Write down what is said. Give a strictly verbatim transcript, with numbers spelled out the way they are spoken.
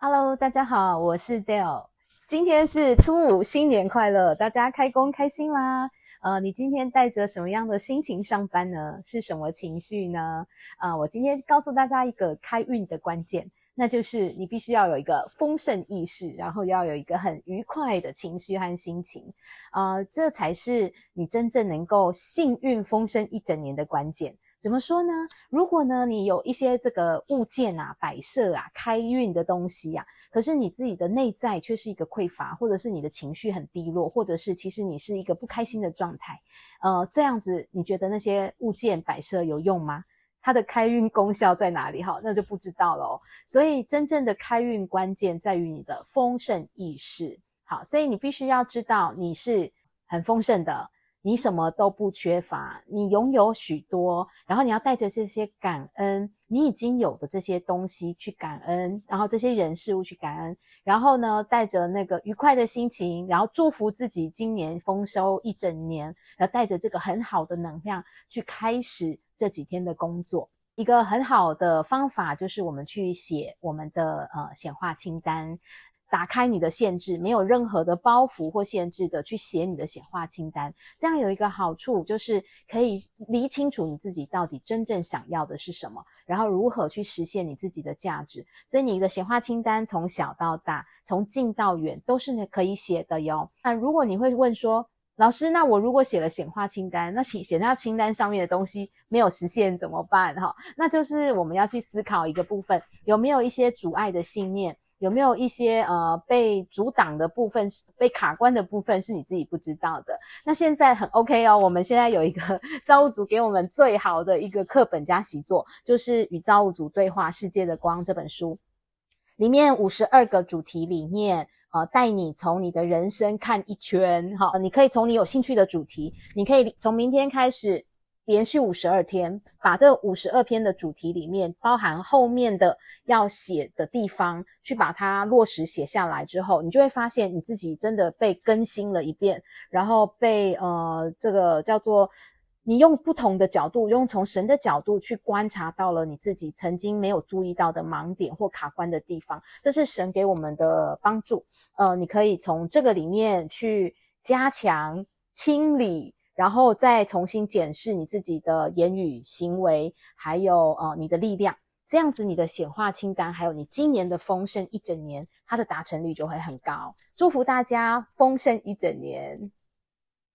Hello，大家好，我是 Dale。今天是初五，新年快乐！大家开工开心吗？呃，你今天带着什么样的心情上班呢？是什么情绪呢？呃，我今天告诉大家一个开运的关键，那就是你必须要有一个丰盛意识，然后要有一个很愉快的情绪和心情。呃，这才是你真正能够幸运丰盛一整年的关键。怎么说呢？如果呢，你有一些这个物件啊、摆设啊、开运的东西啊，可是你自己的内在却是一个匮乏，或者是你的情绪很低落，或者是其实你是一个不开心的状态，呃，这样子你觉得那些物件摆设有用吗？它的开运功效在哪里？哈，那就不知道了哦。所以真正的开运关键在于你的丰盛意识。好，所以你必须要知道你是很丰盛的。你什么都不缺乏，你拥有许多，然后你要带着这些感恩，你已经有的这些东西去感恩，然后这些人事物去感恩，然后呢，带着那个愉快的心情，然后祝福自己今年丰收一整年，然后带着这个很好的能量去开始这几天的工作。一个很好的方法就是我们去写我们的呃显化清单，打开你的限制，没有任何的包袱或限制的去写你的显化清单。这样有一个好处就是可以理清楚你自己到底真正想要的是什么，然后如何去实现你自己的价值。所以你的显化清单从小到大，从近到远都是可以写的哟。那如果你会问说，老师，那我如果写了显化清单，那显化清单上面的东西没有实现怎么办？哈，那就是我们要去思考一个部分，有没有一些阻碍的信念，有没有一些呃被阻挡的部分，被卡关的部分是你自己不知道的。那现在很 OK 哦，我们现在有一个造物主给我们最好的一个课本加习作，就是与造物主对话世界的光这本书。里面五十二个主题里面，呃，带你从你的人生看一圈，哈，你可以从你有兴趣的主题，你可以从明天开始连续五十二天，把这五十二篇的主题里面包含后面的要写的地方，去把它落实写下来之后，你就会发现你自己真的被更新了一遍，然后被呃这个叫做你用不同的角度，用从神的角度去观察到了你自己曾经没有注意到的盲点或卡关的地方，这是神给我们的帮助。呃，你可以从这个里面去加强、清理，然后再重新检视你自己的言语、行为，还有呃你的力量。这样子你的显化清单，还有你今年的丰盛一整年，它的达成率就会很高。祝福大家丰盛一整年。